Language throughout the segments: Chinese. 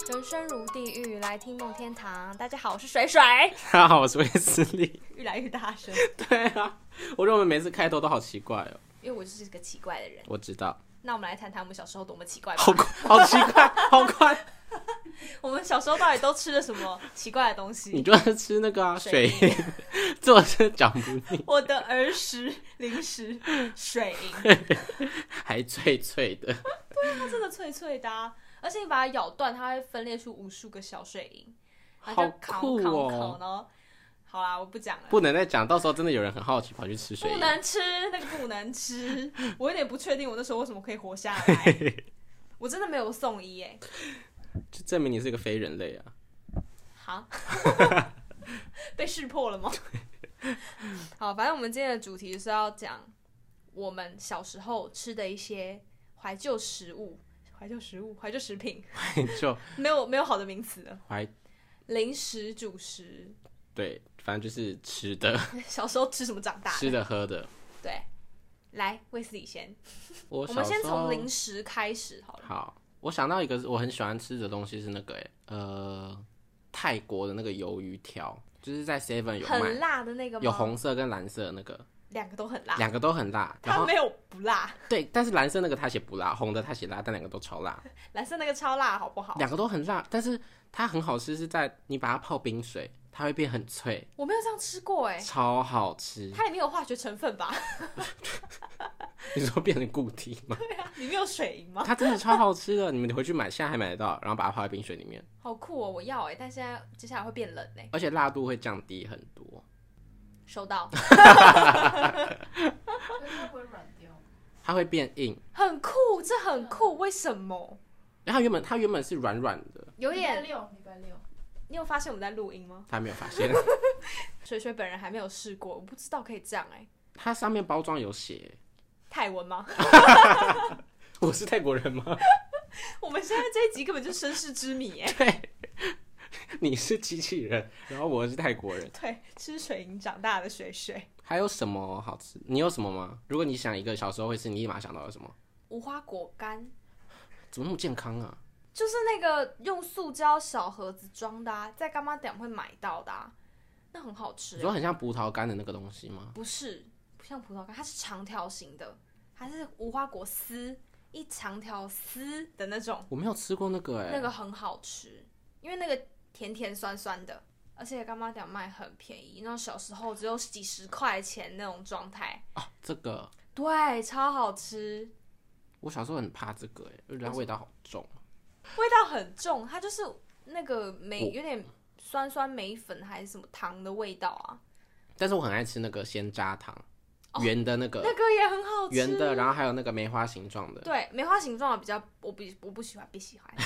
人生如地狱，来听梦天堂。大家好，我是水水。 大家好，我是威斯利。 越来越大声。 对啊，我觉得我们每次开头都好奇怪哦。 因为我就是个奇怪的人。 我知道。 那我们来谈谈我们小时候多么奇怪吧。 好奇怪，好快。 我们小时候到底都吃了什么奇怪的东西？ 你就是吃那个啊水银，这我真的讲不腻。 我的儿时零食水银， 还脆脆的。 对啊，它真的脆脆的啊，而且你把它咬断，它会分裂出无数个小水银， 好酷哦！ 然后好啦，我不讲了， 不能再讲，到时候真的有人很好奇跑去吃水银。 不能吃，那个不能吃。我有点不确定我那时候为什么可以活下来。我真的没有送医耶， 就证明你是个非人类啊！ 好，被识破了吗？好，反正我们今天的主题就是要讲我们小时候吃的一些怀旧食物、怀旧食品， 就没有好的名词了。零食、主食， 对，反正就是吃的。 小时候吃什么长大的？ 吃的喝的。 对，来，威斯理先。 我们先从零食开始好了。 好，我想到一个我很喜欢吃的东西是那个泰国的那个鱿鱼条，就是在 Seven 有卖， 很辣的那个吗？ 有红色跟蓝色的那个， 两个都很辣， 两个都很辣。 它没有不辣。 对，但是蓝色那个它写不辣，红的它写辣，但两个都超辣。 蓝色那个超辣，好不好？ 两个都很辣，但是它很好吃，是在你把它泡冰水，它会变很脆。 我没有这样吃过哎， 超好吃。 它里面有化学成分吧？ 你说变成固体吗？ 对啊，里面有水银吗？ 它真的超好吃的，你们回去买，现在还买得到，然后把它泡在冰水里面。 好酷哦，我要哎，但现在接下来会变冷哎， 而且辣度会降低很多。 收到。 它不会软掉， 它会变硬， 很酷，这很酷，为什么？ 然后它原本是软软的， 有点。 礼拜六， 你有发现我们在录音吗？ 他没有发现。 水水本人还没有试过，我不知道可以这样哎。 它上面包装有写泰文吗？ 我是泰国人吗？ 我们现在这一集根本就是身世之谜哎。 对，你是机器人，然后我是泰国人。 对，吃水银长大的水水。 还有什么好吃？你有什么吗？如果你想一个小时候会吃，你立马想到了什么？ 无花果干。 怎么那么健康啊？ 就是那个用塑胶小盒子装的啊，在干妈店会买到的啊，那很好吃。 你说很像葡萄干的那个东西吗？ 不是，不像葡萄干，它是长条形的，它是无花果丝，一长条丝的那种。 我没有吃过那个那个很好吃，因为那个甜甜酸酸的，而且干妈店卖很便宜，那种小时候只有几十块钱那种状态啊。这个对，超好吃。 我小时候很怕这个因为它味道好重。 味道很重，它就是那个有点酸酸梅粉还是什么糖的味道啊。 但是我很爱吃那个鲜榨糖，圆的那个， 那个也很好吃， 圆的，然后还有那个梅花形状的。 对，梅花形状的比较，我不喜欢，不喜欢。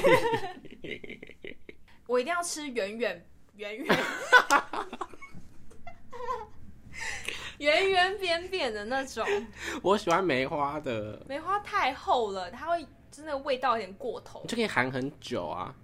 我一定要吃圆圆扁扁的那种。 我喜欢梅花的， 梅花太厚了，它会真的味道有点过头， 你就可以含很久啊。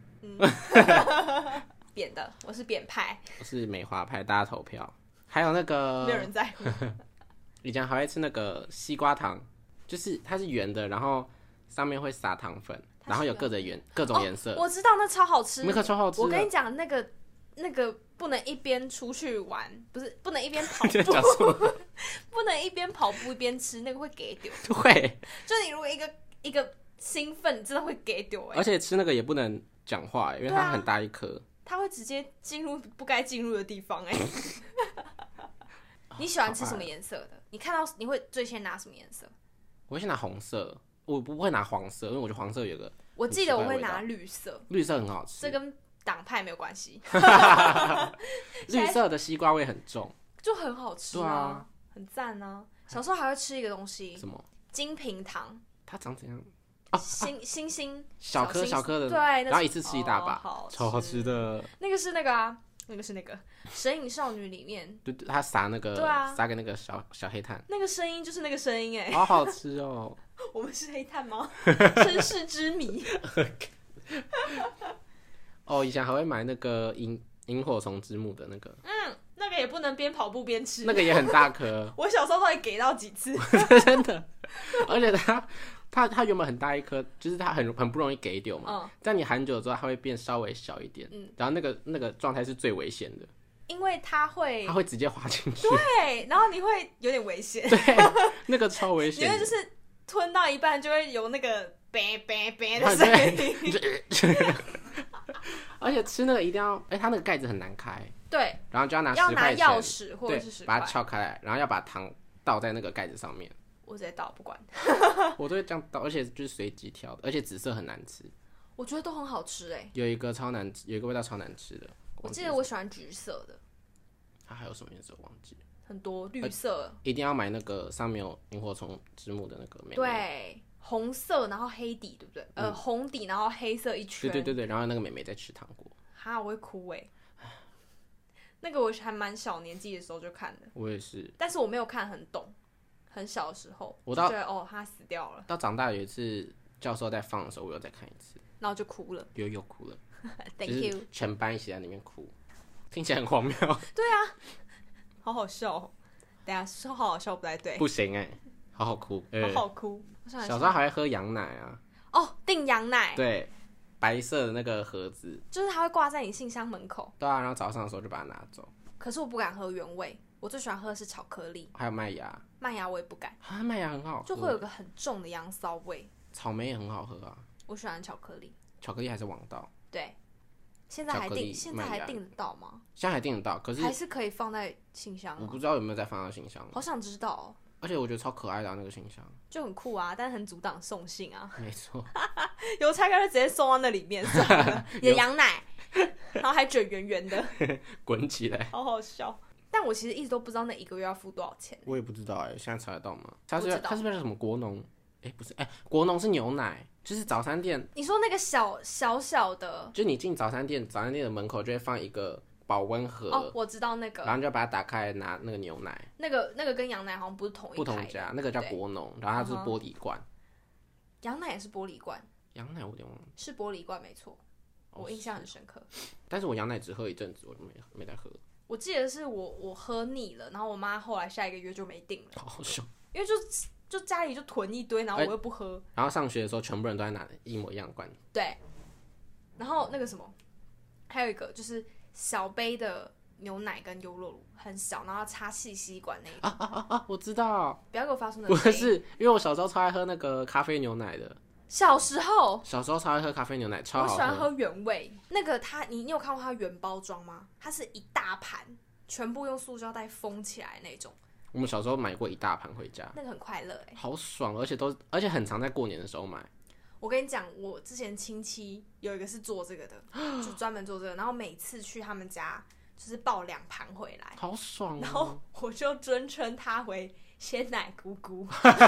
扁的，我是扁派， 我是梅花派，大家投票。还有那个没有人在乎。 以前还会吃那个西瓜糖，就是它是圆的，然后上面会撒糖粉，然后有各种颜色。 我知道那超好吃， 那个超好吃。 我跟你讲，那个不能一边出去玩，不是不能一边跑步，不能一边跑步一边吃，那个会给丢。 会， 就你如果一个兴奋，真的会给丢而且吃那个也不能讲话，因为它很大一颗， 它会直接进入不该进入的地方你喜欢吃什么颜色的？你看到你会最先拿什么颜色？ 我会先拿红色，我不会拿黄色，因为我觉得黄色有个我记得我会拿绿色， 绿色很好吃， 这跟党派没有关系。 绿色的西瓜味很重， 就很好吃啊，很赞啊。小时候还会吃一个东西， 什么？ 金平糖。 它长怎样？ 星星小颗的， 对， 然后一次吃一大把，超好吃的。 那个是那个啊，那个是那个《神隐少女》里面， 对，他撒那个，撒给那个小黑炭， 那个声音就是那个声音好好吃哦。 我们是黑炭吗？身世之谜。 以前还会买那个萤火虫之墓的那个， 那个也不能边跑步边吃， 那个也很大颗。 我小时候到底给到几次？ 真的，而且它原本很大一颗，就是它很不容易给丢嘛。但你含久之后，它会变稍微小一点。然后那个状态是最危险的， 因为它会直接滑进去。 对，然后你会有点危险。 对，那个超危险。 因为就是吞到一半就会有那个呗呗呗的声音。 而且吃那个一定要，它那个盖子很难开。 对， 然后就要拿 10 块钱， 钥匙或者是10块， 把它撬开来，然后要把糖倒在那个盖子上面。 我直接倒不管。 我都会这样倒，而且就是随机挑的，而且紫色很难吃。 我觉得都很好吃有一个超难吃，有一个味道超难吃的。 我记得我喜欢橘色的。 它还有什么颜色我忘记了？ 很多绿色。 一定要买那个上面有萤火虫之墓的那个妹妹。 对。红色，然后黑底，对不对？红底，然后黑色一圈。 对，然后那个妹妹在吃糖果。 哈，我会哭那个我还蛮小年纪的时候就看的。 我也是， 但是我没有看很懂，很小的时候， 我就觉得他死掉了。 到长大有一次教授在放的时候，我又再看一次， 然后就哭了， 又哭了。 Thank you， 就是全班一起在那边哭，听起来很荒谬。 对啊，好好笑哦。等一下说好好笑不太对， 不行好好哭， 好好哭。 小时候还会喝羊奶啊。 订羊奶。 对，白色的那个盒子， 就是它会挂在你信箱门口。 对啊，然后早上的时候就把它拿走。 可是我不敢喝原味，我最喜欢喝的是巧克力， 还有麦芽。 麦芽我也不敢麦芽很好喝， 就会有个很重的羊骚味。 草莓也很好喝啊。 我喜欢巧克力。 巧克力还是王道。 对，现在还订得到吗？ 现在还订得到，可是还是可以放在信箱吗？ 我不知道有没有再放到信箱。 好想知道哦。 而且我觉得超可爱的那个信箱， 就很酷啊，但是很阻挡送信啊。 没错， 邮差就直接送到那里面算了。有羊奶，然后还卷圆圆的， 滚起来， 好好笑。但我其实一直都不知道那1个月要付多少钱。 我也不知道现在查得到吗？它是不是什么国农？不是，国农是牛奶，就是早餐店。 你说那个小的， 就你进早餐店的门口就会放一个保温盒。 我知道那个。 然后你就把它打开拿那个牛奶。 那个跟羊奶好像不是同一不同家，那个叫国农，然后它是玻璃罐。 羊奶也是玻璃罐。 羊奶我有点忘了。 是玻璃罐没错，我印象很深刻。 但是我羊奶只喝一阵子，我就没再喝。 我记得是我喝腻了，然后我妈后来下1个月就没订了。 好凶。 因为就家里就囤一堆，然后我又不喝。 然后上学的时候，全部人都在拿一模一样的罐。 对。然后那个什么，还有一个就是小杯的牛奶跟优酪乳，很小，然后插细吸管那一种。我知道。 不要给我发出那个声音。 不是，因为我小时候超爱喝那个咖啡牛奶的。 小时候超爱喝咖啡牛奶，超好喝。 我喜欢喝原味。那个你有看过它原包装吗？它是一大盘，全部用塑胶袋封起来那种。 我们小时候买过一大盘回家， 那个很快乐好爽，而且很常在过年的时候买。 我跟你讲，我之前亲戚有一个是做这个的，就专门做这个，然后每次去他们家就是抱2盘回来， 好爽然后我就尊称他为鲜奶姑姑。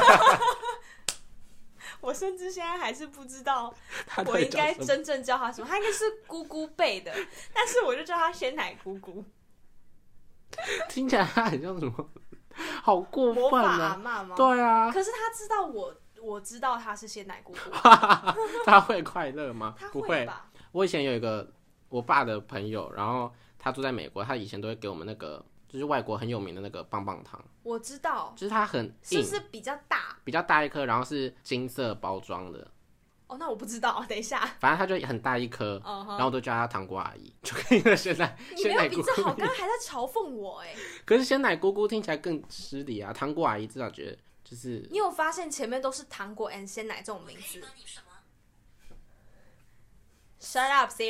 我甚至现在还是不知道我应该真正叫他什么，他应该是姑姑辈的，但是我就叫他鲜奶姑姑。 听起来他很像什么？好过分啊！ 魔法阿嬷吗？ 对啊。 可是他知道我知道他是鲜奶姑姑。 他会快乐吗？ 他不会吧。 我以前有一个我爸的朋友，然后他住在美国，他以前都会给我们那个就是外国很有名的那个棒棒糖。 我知道。 就是它很硬， 是不是比较大？ 比较大一颗，然后是金色包装的。 那我不知道，等一下。 反正它就很大一颗，然后我都叫它糖果阿姨，就跟一个鲜奶你没有比这好，刚刚还在嘲讽我可是鲜奶姑姑听起来更失礼啊，糖果阿姨至少觉得就是。 你有发现前面都是糖果 and 鲜奶这种名字 ？Shut up, Siri 。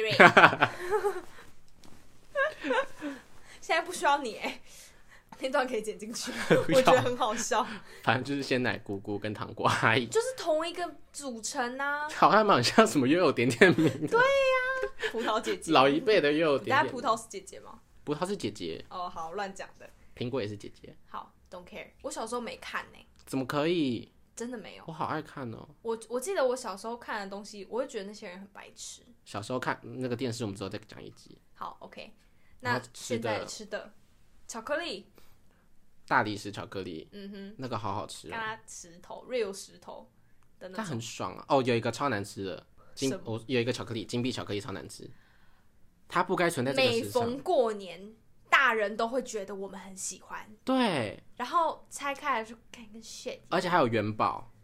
现在不需要你那段可以剪进去，我觉得很好笑。 反正就是鲜奶姑姑跟糖果阿姨， 就是同一个组成啊。 好像蛮像什么又有点点名的。 对呀，葡萄姐姐。 老一辈的又有点点。 但葡萄是姐姐吗？ 葡萄是姐姐。 好，乱讲的。 苹果也是姐姐。 好 ，don't care。我小时候没看怎么可以？ 真的没有。 我好爱看哦。 我记得我小时候看的东西，我会觉得那些人很白痴。 小时候看那个电视，我们之后再讲一集。 好 ，OK。那现在吃的巧克力。 大理石巧克力，那个好好吃跟它石头 real 石头的那种， 它很爽啊！有一个超难吃的我有一个巧克力，金币巧克力超难吃，它不该存在这个世上。 每逢过年，大人都会觉得我们很喜欢， 对， 然后拆开来就看跟 shit， 而且还有元宝，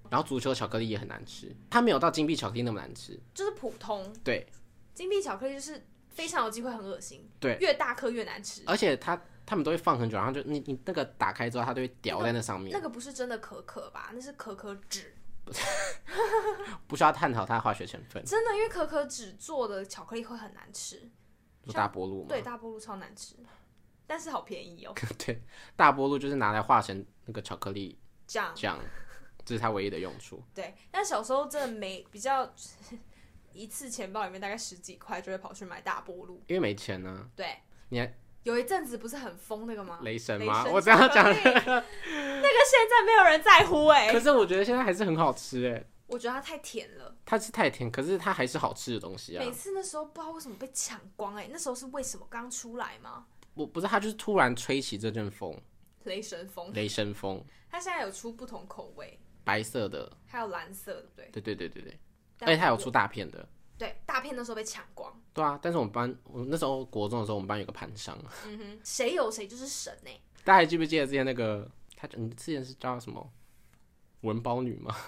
然后足球巧克力也很难吃，它没有到金币巧克力那么难吃， 就是普通。 对， 金币巧克力就是非常有机会很恶心， 对， 越大颗越难吃。 而且他们都会放很久，然后就你那个打开之后，它都会掉在那上面。 那个不是真的可可吧？那是可可脂。 不需要探讨它的化学成分。 真的，因为可可脂做的巧克力会很难吃。 就大波露吗？ 对，大波露超难吃，但是好便宜哦。 对，大波露就是拿来化成那个巧克力酱， 这是它唯一的用处。 对，但小时候真的没比较，一次钱包里面大概10几块就会跑去买大波露， 因为没钱呢、啊。 对， 你还有一阵子不是很疯那个吗？ 雷神吗？ 雷神我这样讲， 那个现在没有人在乎哎、 可是我觉得现在还是很好吃哎。 我觉得它太甜了， 它是太甜，可是它还是好吃的东西啊。 每次那时候不知道为什么被抢光哎、那时候是为什么刚出来吗？ 我不是，它就是突然吹起这阵风， 雷神风， 雷神风， 它现在有出不同口味， 白色的， 还有蓝色的，对， 对， 但而且它有出大片的。 对，大片那时候被抢光， 对啊，但是我那时候国中的时候，我们班有个盘商， 嗯哼，谁有谁就是神哎、 大家还记不记得之前那个你之前是叫什么文包女吗？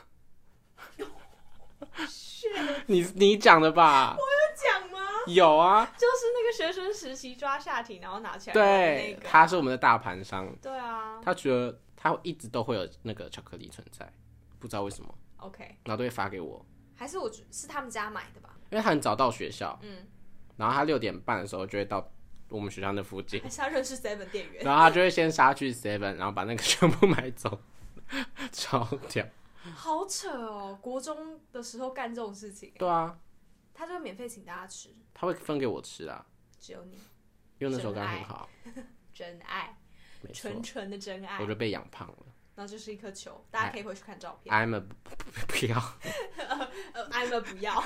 你讲的吧？ 讲吗？ 有啊， 就是那个学生实习抓下体，然后拿起来对， 那个、 他是我们的大盘商。 对啊， 他觉得他一直都会有那个巧克力存在，不知道为什么， OK， 然后都会发给我， 还是我是他们家买的吧？ 因为他很早到学校， 嗯， 然后他6点半的时候就会到我们学校那附近， 还是他认识 Seven 店员？ 然后他就会先杀去 Seven， 然后把那个全部买走，超屌。 好扯哦！国中的时候干这种事情， 对啊， 他就会免费请大家吃， 他会分给我吃啊， 只有你， 因为那时候跟他很好， 真爱， 没错纯，纯的真爱。 我就被养胖了。 然后就是一颗球，大家可以回去看照片。 I'm a 不要， I'm a 不要。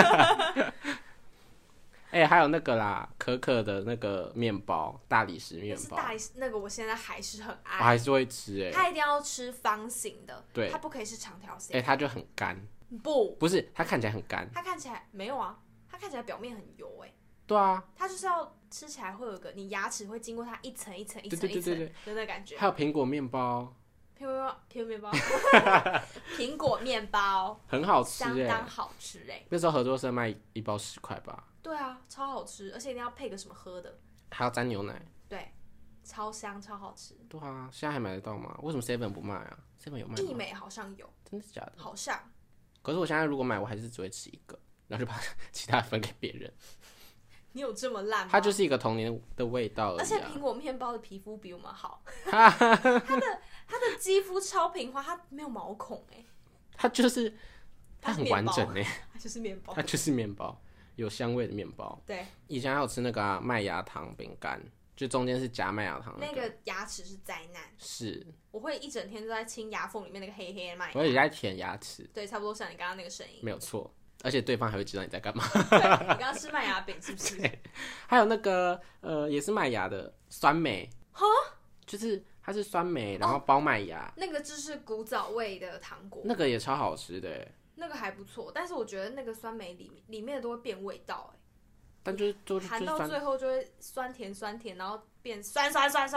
还有那个啦，可可的那个面包，大理石面包， 是大理石那个，我现在还是很我爱。 还是会吃它一定要吃方形的， 对它不可以是长条形。 它就很干， 不是，它看起来很干。 它看起来没有啊，它看起来表面很油哎。 对啊， 它就是要吃起来会有个你牙齿会经过它一层一层一层对一层的那个感觉。 还有苹果面包， 面包，苹果面包很好吃相当好吃哎。 那时候合作社卖1包10块吧。 对啊，超好吃，而且一定要配个什么喝的， 还要沾牛奶。 对，超香超好吃。 对啊，现在还买得到吗？为什么 Seven 不卖啊？Seven 有卖吗？ 益美好像有， 真的假的？ 好像。 可是我现在如果买，我还是只会吃一个，然后就把其他分给别人。 你有这么烂吗？ 它就是一个童年的味道而已、啊。 而且苹果面包的皮肤比我们好，它的肌肤超平滑，它没有毛孔哎。 它很完整哎， 它就是面包， 它就是面包，有香味的面包。 对， 以前还有吃那个、麦芽糖饼干，就中间是夹麦芽糖、 那个牙齿是灾难。 是， 我会一整天都在清牙缝里面那个黑黑的麦芽。 我也在舔牙齿。 对，差不多像你刚刚那个声音。 没有错，而且对方还会知道你在干嘛。 对，你刚刚吃麦芽饼是不是？ 还有那个也是麦芽的酸梅，就是它是酸梅，然后包麦芽， 那个就是古早味的糖果， 那个也超好吃的耶， 那个还不错，但是我觉得那个酸梅里面的都会变味道哎。 但就是含到酸最后就会酸甜，然后变酸，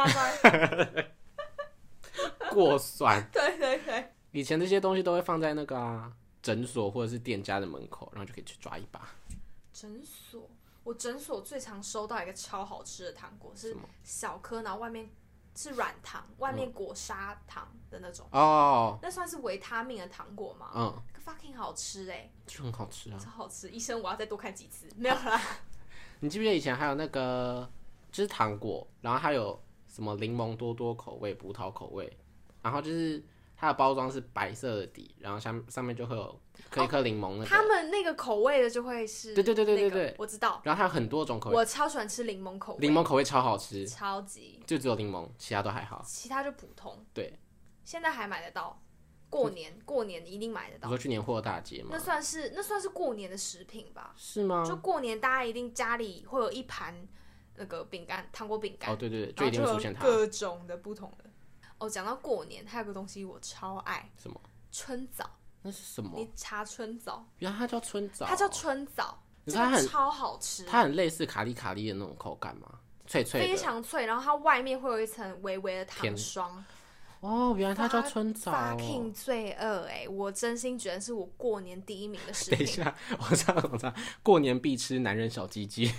过酸。 对， 以前这些东西都会放在那个诊所或者是店家的门口，然后就可以去抓一把。 诊所，我诊所最常收到一个超好吃的糖果，是小颗，然后外面是软糖，外面裹砂糖的那种。 哦， 那算是维他命的糖果吗？ 嗯， fucking 好吃哎， 就很好吃啊， 超好吃。医生，我要再多看几次。没有啦。 你记不记得以前还有那个就是糖果，然后还有什么柠檬多多口味、葡萄口味，然后就是它的包装是白色的底，然后上面就会有一颗柠檬那个。 他们那个口味的就会是、 对， 我知道。 然后它有很多种口味， 我超喜欢吃柠檬口味， 柠檬口味超好吃， 超级， 就只有柠檬，其他都还好。 其他就普通。 对， 现在还买得到，过年一定买得到。 你说去年货大街吗？ 那算是过年的食品吧？ 是吗？ 就过年大家一定家里会有一盘那个饼干，糖果饼干。 哦，对，就一定会出现它。 各种的不同的。哦，讲到过年，还有个东西我超爱。 什么？ 春枣。 那是什么？ 你查春枣。 原来它叫春枣。 它叫春枣。 可是它很超好吃。 它很类似卡利卡利的那种口感吗？脆脆的。 非常脆，然后它外面会有一层微微的糖霜。 哦，原来它叫春枣 ，fucking 罪恶我真心觉得是我过年第一名的食品。 等一下，我知道，过年必吃男人小鸡鸡。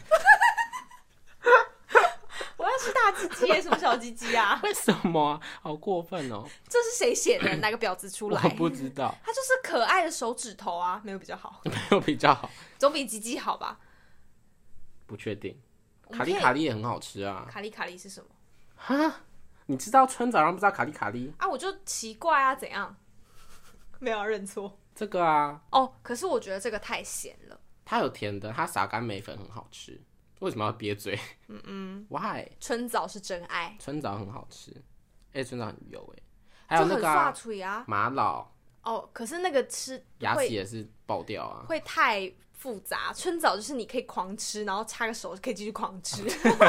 我要吃大鸡鸡什么小鸡鸡啊？ 为什么啊？好过分哦！ 这是谁写的？哪个婊子出来？ 我不知道。 它就是可爱的手指头啊，没有比较好， 没有比较好， 总比鸡鸡好吧？ 不确定。卡利卡利也很好吃啊。 卡利卡利是什么？ 哈？你知道春枣，然后不知道卡利卡利啊？我就奇怪啊，怎样？没有认错。 这个啊。 哦，可是我觉得这个太咸了。 它有甜的，它撒干梅粉很好吃。为什么要憋嘴？Why？ 春枣是真爱。 春枣很好吃，春枣很油还有那个啊玛瑙。 哦，可是那个吃牙齿也是爆掉啊， 会太复杂。春枣就是你可以狂吃，然后插个手就可以继续狂吃。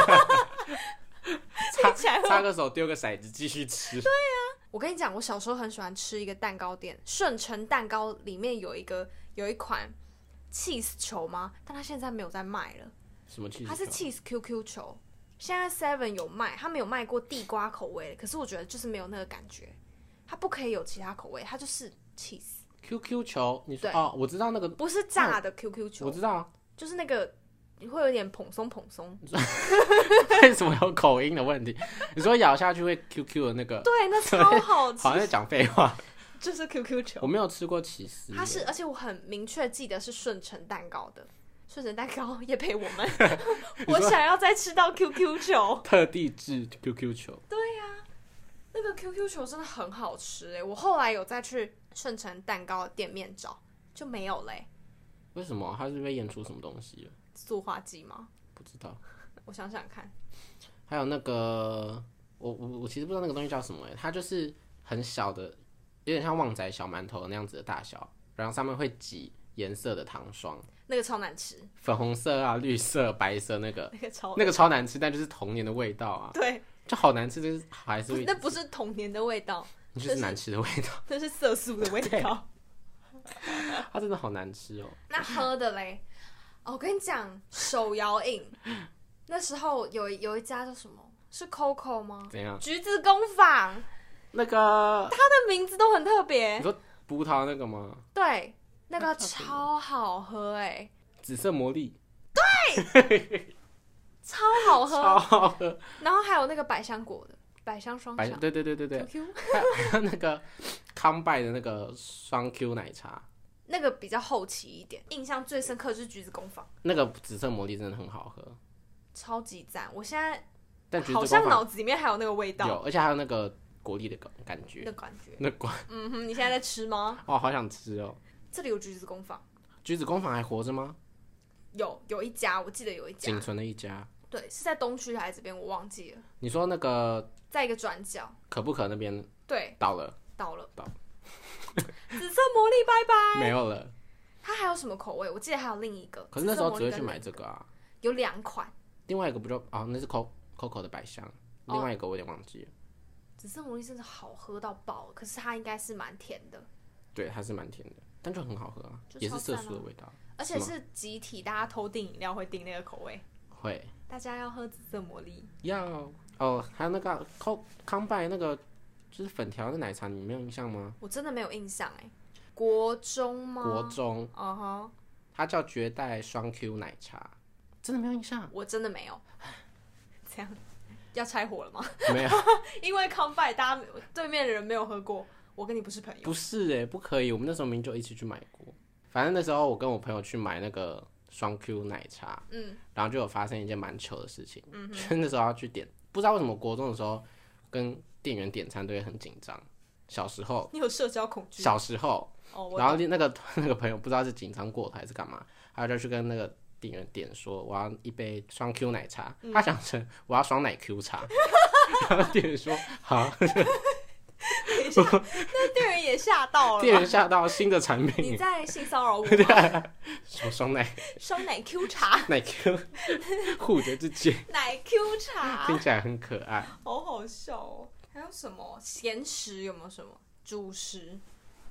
插个手丢个骰子继续吃。 对啊，我跟你讲，我小时候很喜欢吃一个蛋糕店，顺成蛋糕里面有一款 cheese 球吗？但它现在没有在卖了。 什么 cheese 球？ 它是 cheese QQ 球，现在 Seven 有卖，它没有卖过地瓜口味，可是我觉得就是没有那个感觉。它不可以有其他口味，它就是 cheese QQ 球。你说哦，我知道那个不是炸的 QQ 球， 我知道啊， 就是那个会有点蓬松蓬松。 为什么有口音的问题？你说咬下去会 QQ 的那个？ 对，那超好吃。 好像在讲废话。 就是 QQ 球， 我没有吃过起司。 它是，而且我很明确记得是顺成蛋糕的。顺成蛋糕也陪我们，我想要再吃到 QQ 球， 特地制 QQ 球。 对呀，那个 QQ 球真的很好吃我后来有再去顺成蛋糕的店面找，就没有嘞。 为什么？它是被验出什么东西了？ 塑化剂吗？ 不知道。 我想想看。 还有那个，我其实不知道那个东西叫什么它就是很小的，有点像旺仔小馒头那样子的大小，然后上面会挤颜色的糖霜。 那个超难吃， 粉红色啊、绿色、白色那个超难吃，但就是童年的味道啊。 对， 就好难吃，就是还是会。 那不是童年的味道， 就是难吃的味道， 那是色素的味道。 它真的好难吃哦。 那喝的嘞？我跟你讲，手摇饮，那时候有一家叫什么？是 Coco 吗？ 怎样？ 橘子工坊。 那个它的名字都很特别。 你说葡萄那个吗？ 对。那个超好喝紫色魔力， 对，超好喝， 超好喝。 然后还有那个百香果的百香双响， 对 QQ 还有那个康拜的那个双 Q 奶茶， 那个比较后期一点。印象最深刻就是橘子工坊， 那个紫色魔力真的很好喝， 超级赞。我现在但好像脑子里面还有那个味道， 有，而且还有那个果粒的感觉，那感你现在在吃吗？ 哦，好想吃哦。 这里有橘子工坊， 橘子工坊还活着吗？ 有一家，我记得有一家仅存的一家。 对，是在东区还是这边？我忘记了。 你说那个在一个转角， 可不可那边？ 对， 倒了。 紫色魔力拜拜， 没有了。 它还有什么口味？我记得还有另一个。 可是那时候只会去买这个啊。 有2款。 另外一个不就那是 Coco 的百香，另外一个我有点忘记了。 紫色魔力真的好喝到爆，可是它应该是蛮甜的。 对，它是蛮甜的。但就很好喝啊，也是色素的味道， 而且是集体大家偷订饮料会订那个口味， 会， 大家要喝紫色魔力， 要还有那个康拜那个就是粉条的奶茶，你没有印象吗？ 我真的没有印象国中吗？ 国中，它叫绝代双 Q 奶茶，真的没有印象？ 我真的没有，这样要拆伙了吗？ 没有， 因为康拜大家对面的人没有喝过。我跟你不是朋友， 不是不可以。我们那时候明明就一起去买过。反正那时候我跟我朋友去买那个双 Q 奶茶，然后就有发生一件蛮糗的事情。就是那时候要去点，不知道为什么国中的时候跟店员点餐都会很紧张。小时候， 你有社交恐惧？ 小时候，然后那个朋友不知道是紧张过头还是干嘛，他就去跟那个店员点说我要一杯双 Q 奶茶，他想成我要双奶 Q 茶，然后店员说好。 等一下，那店员也吓到了。 店员吓到新的产品， 你在性骚扰我吗？ 说双奶 Q 茶， 奶 Q 护着自己， 奶 Q 茶听起来很可爱， 好好笑哦。还有什么咸食？有没有什么主食？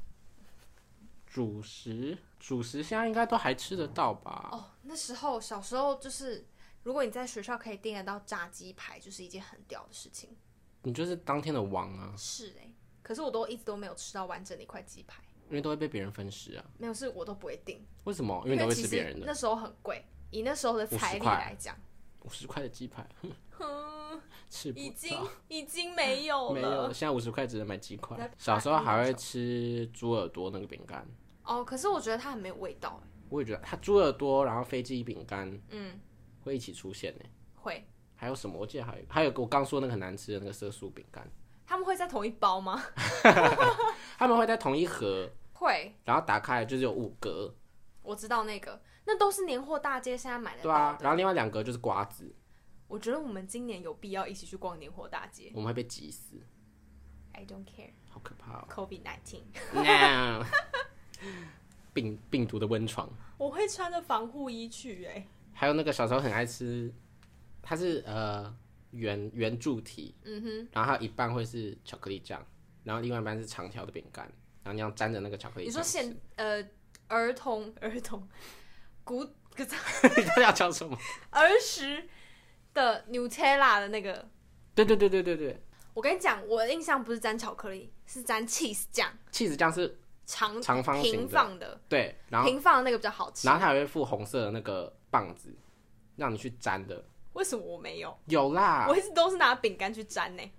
主食现在应该都还吃得到吧？ 那时候小时候就是，如果你在学校可以订得到炸鸡排，就是一件很屌的事情。 你就是当天的王啊， 是可是我一直都没有吃到完整的一块鸡排， 因为都会被别人分食啊。 没有，是我都不会订。 为什么？因为你都会吃别人的。 那时候很贵，以那时候的财力来讲 ，50块的鸡排，吃不到， 已经没有了。 没有了，现在50块只能买鸡块。小时候还会吃猪耳朵那个饼干。 哦，可是我觉得它很没有味道。 我也觉得它猪耳朵，然后飞机饼干，会一起出现呢。 会。 还有什么？我记得还有我刚说那个很难吃的那个色素饼干。 他们会在同一包吗？ 他们会在同一盒。 会。 然后打开就是有5格。 我知道那个，那都是年货大街现在买得到的。 对啊，然后另外2格就是瓜子。 我觉得我们今年有必要一起去逛年货大街。 我们会被挤死。 I don't care。 好可怕哦。 COVID-19。 No。病毒的温床。 我会穿着防护衣去还有那个小时候很爱吃，它是圆柱体，然后它一半会是巧克力酱，然后另外一半是长条的饼干，然后你要沾着那个巧克力酱吃。 你说儿童古你到底要讲什么？ 儿时的 Nutella 的那个。 对。 我跟你讲，我的印象不是沾巧克力，是沾 cheese 酱。 cheese 酱是长方形的平放的， 对，然后平放的那个比较好吃。 然后它还会附红色的那个棒子，让你去沾的。 为什么我没有？ 有啦， 我一直都是拿饼干去沾呢。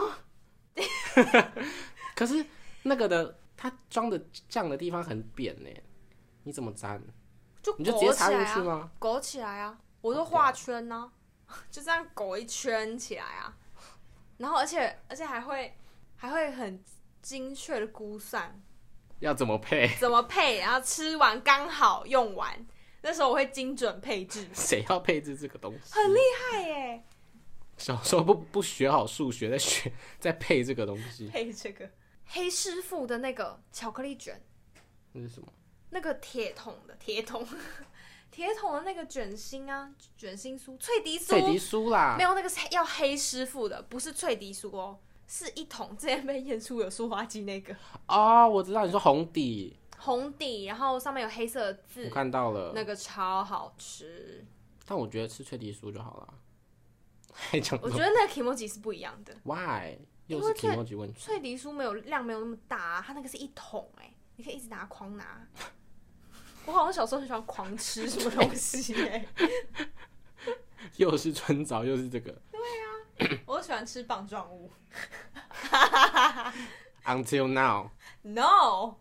可是那个的它装的酱的地方很扁呢，你怎么沾？你就直接插进去吗？ 勾起来啊！我都画圈啊，就这样勾一圈起来啊。然后而且还会很精确的估算要怎么配， 然后吃完刚好用完。那时候我会精准配置。 谁要配置这个东西？ 很厉害耶！ 小时候不学好数学，在配这个东西。 配这个黑师傅的那个巧克力卷。 那是什么？ 那个铁桶的那个卷心啊，卷心酥、脆迪酥啦， 没有，那个是要黑师傅的，不是脆迪酥哦，是一桶之前被验出有塑化剂那个。 哦，我知道，你说红底， 然后上面有黑色的字， 我看到了， 那个超好吃。 但我觉得吃脆迪酥就好了。 我觉得那个 kimochi 是不一样的。 Why？ 又是 kimochi 问题。 脆迪酥量没有那么大啊，它那个是一桶你可以一直拿狂拿。我好像小时候很喜欢狂吃什么东西又是春枣又是这个。 对啊，我喜欢吃棒状物。 Until now. No.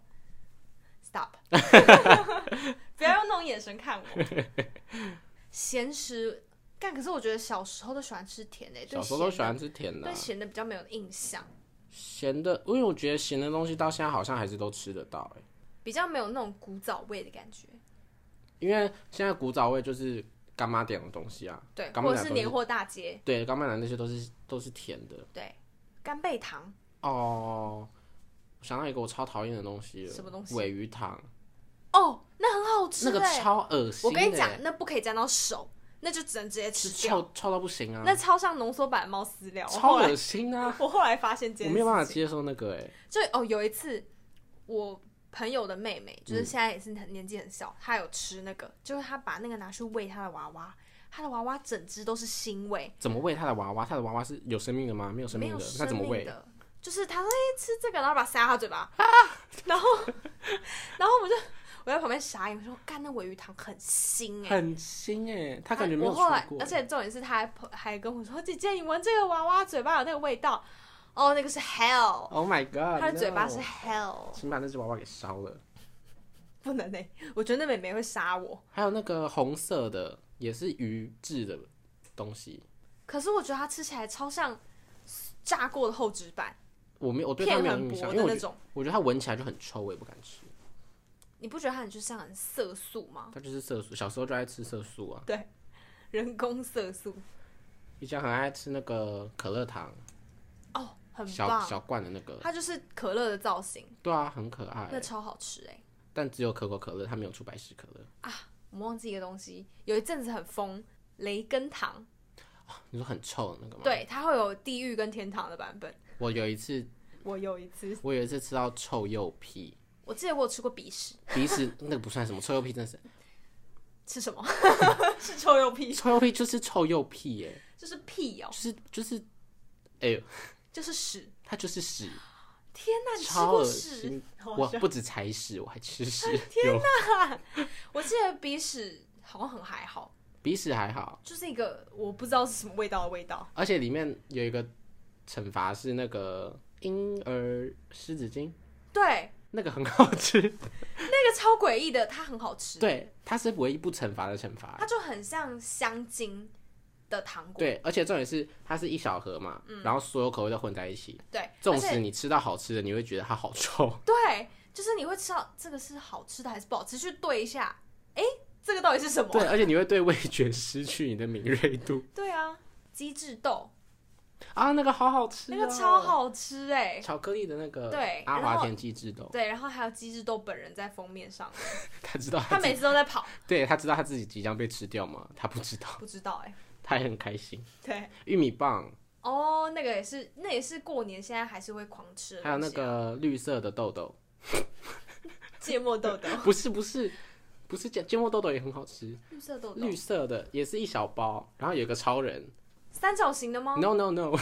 Stop. 不要用那种眼神看我。咸食，可是我觉得小时候都喜欢吃甜的。 小时候都喜欢吃甜的， 对咸的比较没有印象。 咸的，因为我觉得咸的东西到现在好像还是都吃得到比较没有那种古早味的感觉。 因为现在古早味就是干妈点的东西啊， 对，或者是年货大街， 对，干妈点那些都是甜的， 对，干贝糖。 哦，我想到一个我超讨厌的东西了， 什么东西？ 鲔鱼汤。 哦，那很好吃， 那个超恶心。 我跟你讲，那不可以沾到手，那就只能直接吃掉， 臭到不行啊！ 那超像浓缩版的猫饲料， 超恶心啊！ 我后来发现这件事情， 我没有办法接受那个就有一次我朋友的妹妹，就是现在也是年纪很小，她有吃那个，就是她把那个拿去喂她的娃娃，她的娃娃整只都是腥味。 怎么喂她的娃娃？她的娃娃是有生命的吗？没有生命的，那怎么喂？ 就是她说吃这个，然后把它塞到她嘴巴，然后我在旁边傻眼，说干，那鲔鱼汤很腥很腥她感觉没有吃过。 我后来，而且重点是她还跟我说，姐姐你闻这个娃娃嘴巴有那个味道。哦，那个是 hell。 Oh my god， 他的嘴巴是 hell。 请把那只娃娃给烧了。 不能我觉得那妹妹会杀我。 还有那个红色的也是鱼质的东西， 可是我觉得它吃起来超像炸过的厚纸板。 我对它没有印象，因为我觉得它闻起来就很臭，我也不敢吃。 你不觉得它就像很色素吗？ 它就是色素，小时候就爱吃色素啊。 对，人工色素。 以前很爱吃那个可乐糖。 哦，很棒， 小罐的那个， 它就是可乐的造型。 对啊，很可爱， 那超好吃但只有可口可乐，它没有出百事可乐啊。我忘记一个东西，有一阵子很疯雷根糖。 你说很臭的那个吗？ 对，它会有地狱跟天堂的版本。 我有一次吃到臭鼬屁。 我记得我有吃过鼻屎。 鼻屎那个不算什么，臭鼬屁真是。 吃什么？是臭鼬屁。 臭鼬屁就是臭鼬屁就是屁哦。 就是，哎呦， 就是屎。 它就是屎， 天哪，你吃超恶过屎心！ 好笑我不止踩屎，我还吃屎。 天哪！ 我记得鼻屎好像很还好， 鼻屎还好， 就是一个我不知道是什么味道的味道。 而且里面有一个惩罚是那个婴儿湿纸巾， 对， 那个很好吃。 那个超诡异的，它很好吃。 对，它是唯一不惩罚的惩罚。 它就很像香精的糖果。 对，而且重点是它是一小盒嘛，然后所有口味都混在一起。 对， 纵使你吃到好吃的，你会觉得它好臭。 对，就是你会吃到这个是好吃的还是不好吃，去对一下，哎，这个到底是什么？ 对，而且你会对味觉失去你的敏锐度。 对啊，鸡翅豆啊，那个好好吃、 那个超好吃哎、 巧克力的那个对阿华田鸡翅豆。 对，然后还有鸡翅豆本人在封面上， 他知道他每次都在跑， 对他知道他自己即将被吃掉吗？他不知道， 不知道哎、 他也很开心。 对， 玉米棒， 哦，那个也是，那也是过年现在还是会狂吃的、 还有那个绿色的豆豆， 芥末豆豆， 不是芥末豆豆也很好吃， 绿色豆豆， 绿色的也是一小包，然后有个超人三角形的吗 ，no no no，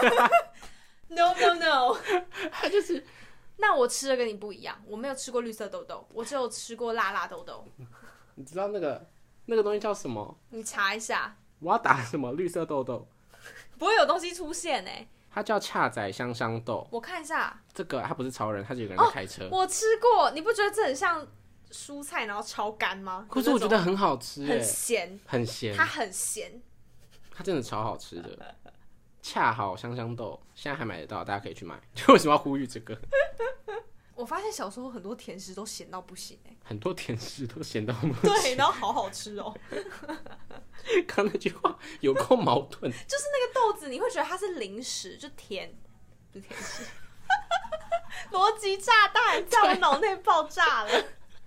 ？No No No， 他就是那我吃的跟你不一样，我没有吃过绿色豆豆，我只有吃过辣辣豆豆。 你知道那个东西叫什么？ 你查一下， 我要打什么绿色豆豆？ 不会有东西出现哎、 它叫恰仔香香豆。 我看一下， 这个它不是超人，它是有个人在开车。 我吃过，你不觉得这很像蔬菜然后超干吗？ 可是我觉得很好吃很耶， 咸， 很咸， 它很咸。 它真的超好吃的。恰好香香豆现在还买得到，大家可以去买。就为什么要呼吁这个？ 我发现小时候很多甜食都咸到不行哎、 很多甜食都咸到不对， 行。 然后好好吃哦。 刚那句话有够矛盾。 就是那个豆子，你会觉得它是零食，就甜，不是甜食。逻辑炸弹在我脑内爆炸了。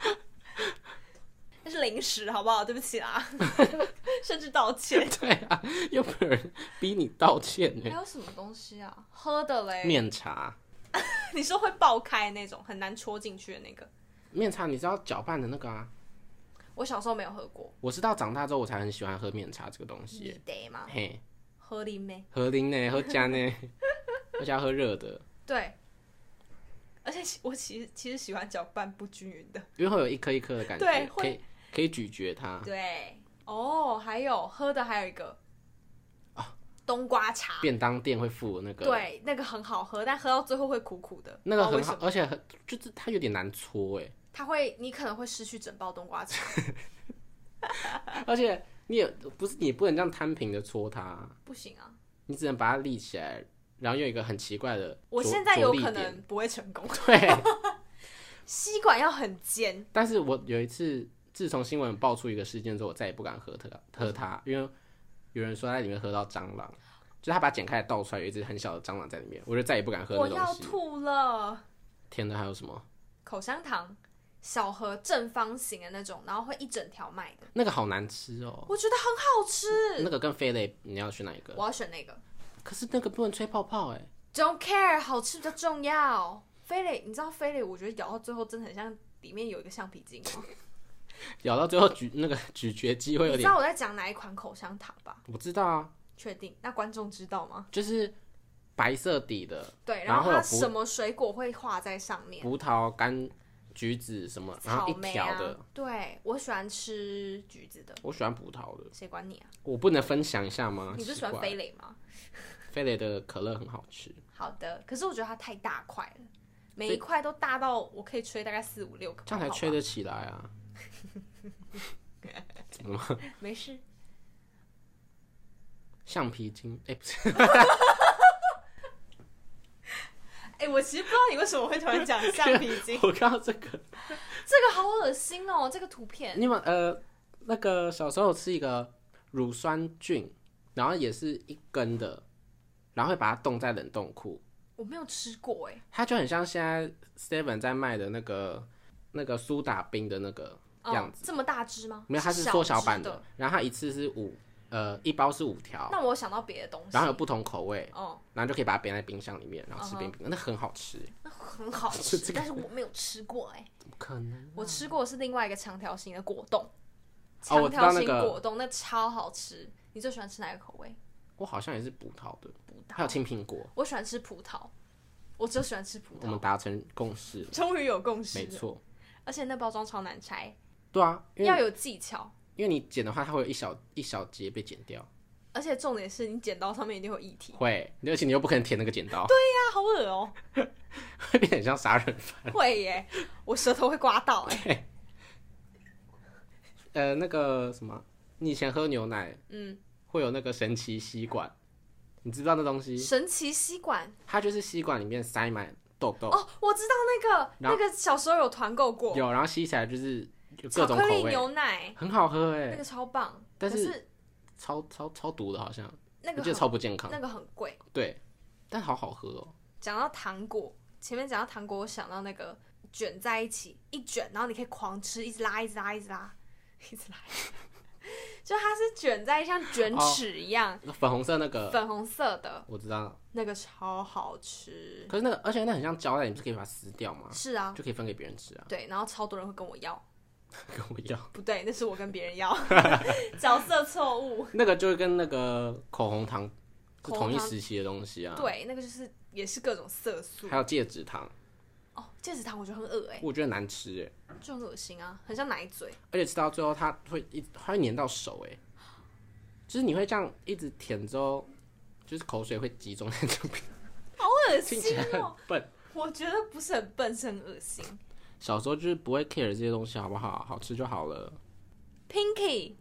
那是零食，好不好？对不起啦，甚至道歉。 对啊，又没有人逼你道歉呢。 还有什么东西啊？喝的嘞？ 面茶， 你说会爆开那种，很难戳进去的那个？ 面茶你知道搅拌的那个啊？ 我小时候没有喝过。 我是到长大之后我才很喜欢喝面茶这个东西你耶。 得吗？ 嘿， 喝啉咩？ 喝啉呢，喝加呢，而且要喝热的， 对。而且我其实喜欢搅拌不均匀的。 因为会有一颗一颗的感觉， 对可以咀嚼它。 对。哦，还有喝的还有一个冬瓜茶。 便当店会附那个， 对，那个很好喝，但喝到最后会苦苦的。 那个很好， 不知道为什么而且就是它有点难搓哎， 你可能会失去整包冬瓜茶。 而且你不能这样摊平的搓它， 不行啊， 你只能把它立起来，然后用一个很奇怪的我现在有可着力点能不会成功。 对。 吸管要很尖。 但是我有一次，自从新闻爆出一个事件之后，我再也不敢喝它，因为有人说在里面喝到蟑螂，就是他把它剪开来倒出来，有一只很小的蟑螂在里面，我就再也不敢喝我那东西。 要吐了。 甜的还有什么？ 口香糖，小盒正方形的那种，然后会一整条卖的， 那个好难吃哦。 我觉得很好吃。 那个跟飞雷，你要选哪一个？ 我要选那个。 可是那个不能吹泡泡哎。 Don't care， 好吃比较重要。飞雷，你知道飞雷？我觉得咬到最后真的很像里面有一个橡皮筋吗？ 咬到最后那个咀嚼肌会有点。 你知道我在讲哪一款口香糖吧？ 我知道啊。 确定？那观众知道吗？ 就是白色底的， 对， 然后会有它什么水果会画在上面？ 葡萄干、橘子什么，然后一草莓条的。 啊。对，我喜欢吃橘子的。 我喜欢葡萄的。 谁管你啊？ 我不能分享一下吗？ 你不是喜欢飞雷吗？ 飞雷的可乐很好吃。 好的，可是我觉得它太大块了，每一块都大到我可以吹大概4、5、6个， 这样才吹得起来啊！怎么了？ 没事。 橡皮筋，不是。 我其实不知道你为什么会突然讲橡皮筋。 我看到这个， 这个好恶心哦，这个图片。 你们那个小时候有吃一个乳酸菌，然后也是一根的，然后会把它冻在冷冻库。 我没有吃过哎。 它就很像现在 Seven 在卖的那个苏打冰的那个样子。 这么大只吗？ 没有，它是缩小版的。 然后它一次是一包是5条。 那我想到别的东西。 然后有不同口味， 哦， 然后就可以把它冰在冰箱里面，然后吃冰冰，那很好吃。 那很好吃，但是我没有吃过哎。 怎么可能啊？ 我吃过的是另外一个长条形的果冻。 我知道那个长条形果冻那超好吃。你最喜欢吃哪个口味？ 我好像也是葡萄的， 葡萄还有青苹果。 我喜欢吃葡萄，我只喜欢吃葡萄。 我们达成共识了， 终于有共识， 没错。 而且那包装超难拆， 对啊， 要有技巧。 因为你剪的话，它会有一小节被剪掉。 而且重点是你剪刀上面一定会有液体。 会，而且你又不可能舔那个剪刀。 对呀、好恶哦、 会变得很像杀人犯。 会耶，我舌头会刮到哎。 那个什么，你以前喝牛奶，会有那个神奇吸管，你知道那东西？ 神奇吸管， 它就是吸管里面塞满豆豆。 哦，我知道那个小时候有团购过， 有，然后吸起来就是有各巧克力种口味， 牛奶， 很好喝哎， 那个超棒， 但可是超毒的，好像那个我觉得超不健康。 那个很贵， 对，但好好喝哦。 讲到糖果，前面讲到糖果，我想到那个卷在一起一卷，然后你可以狂吃，一直拉，一直拉，一直拉，一直拉。就它是卷在像卷尺一样， 粉红色那个， 粉红色的， 我知道， 那个超好吃。 可是那个，而且那很像胶带，你不是可以把它撕掉吗？ 是啊， 就可以分给别人吃啊。 对，然后超多人会跟我要， 跟我要， 不对，那是我跟别人要，角色错误。 那个就跟那个口红糖是口红糖同一时期的东西啊。 对，那个就是也是各种色素。 还有戒指糖， 哦，戒指糖我觉得很恶我觉得难吃哎， 就很恶心啊，很像奶嘴。 而且吃到最后它会粘到手哎，就是你会这样一直舔之后，就是口水会集中在这边， 好恶听起来心哦！ 很笨。 我觉得不是很笨，是很恶心。 小时候就是不会 care 这些东西好不好，好吃就好了。 Pinky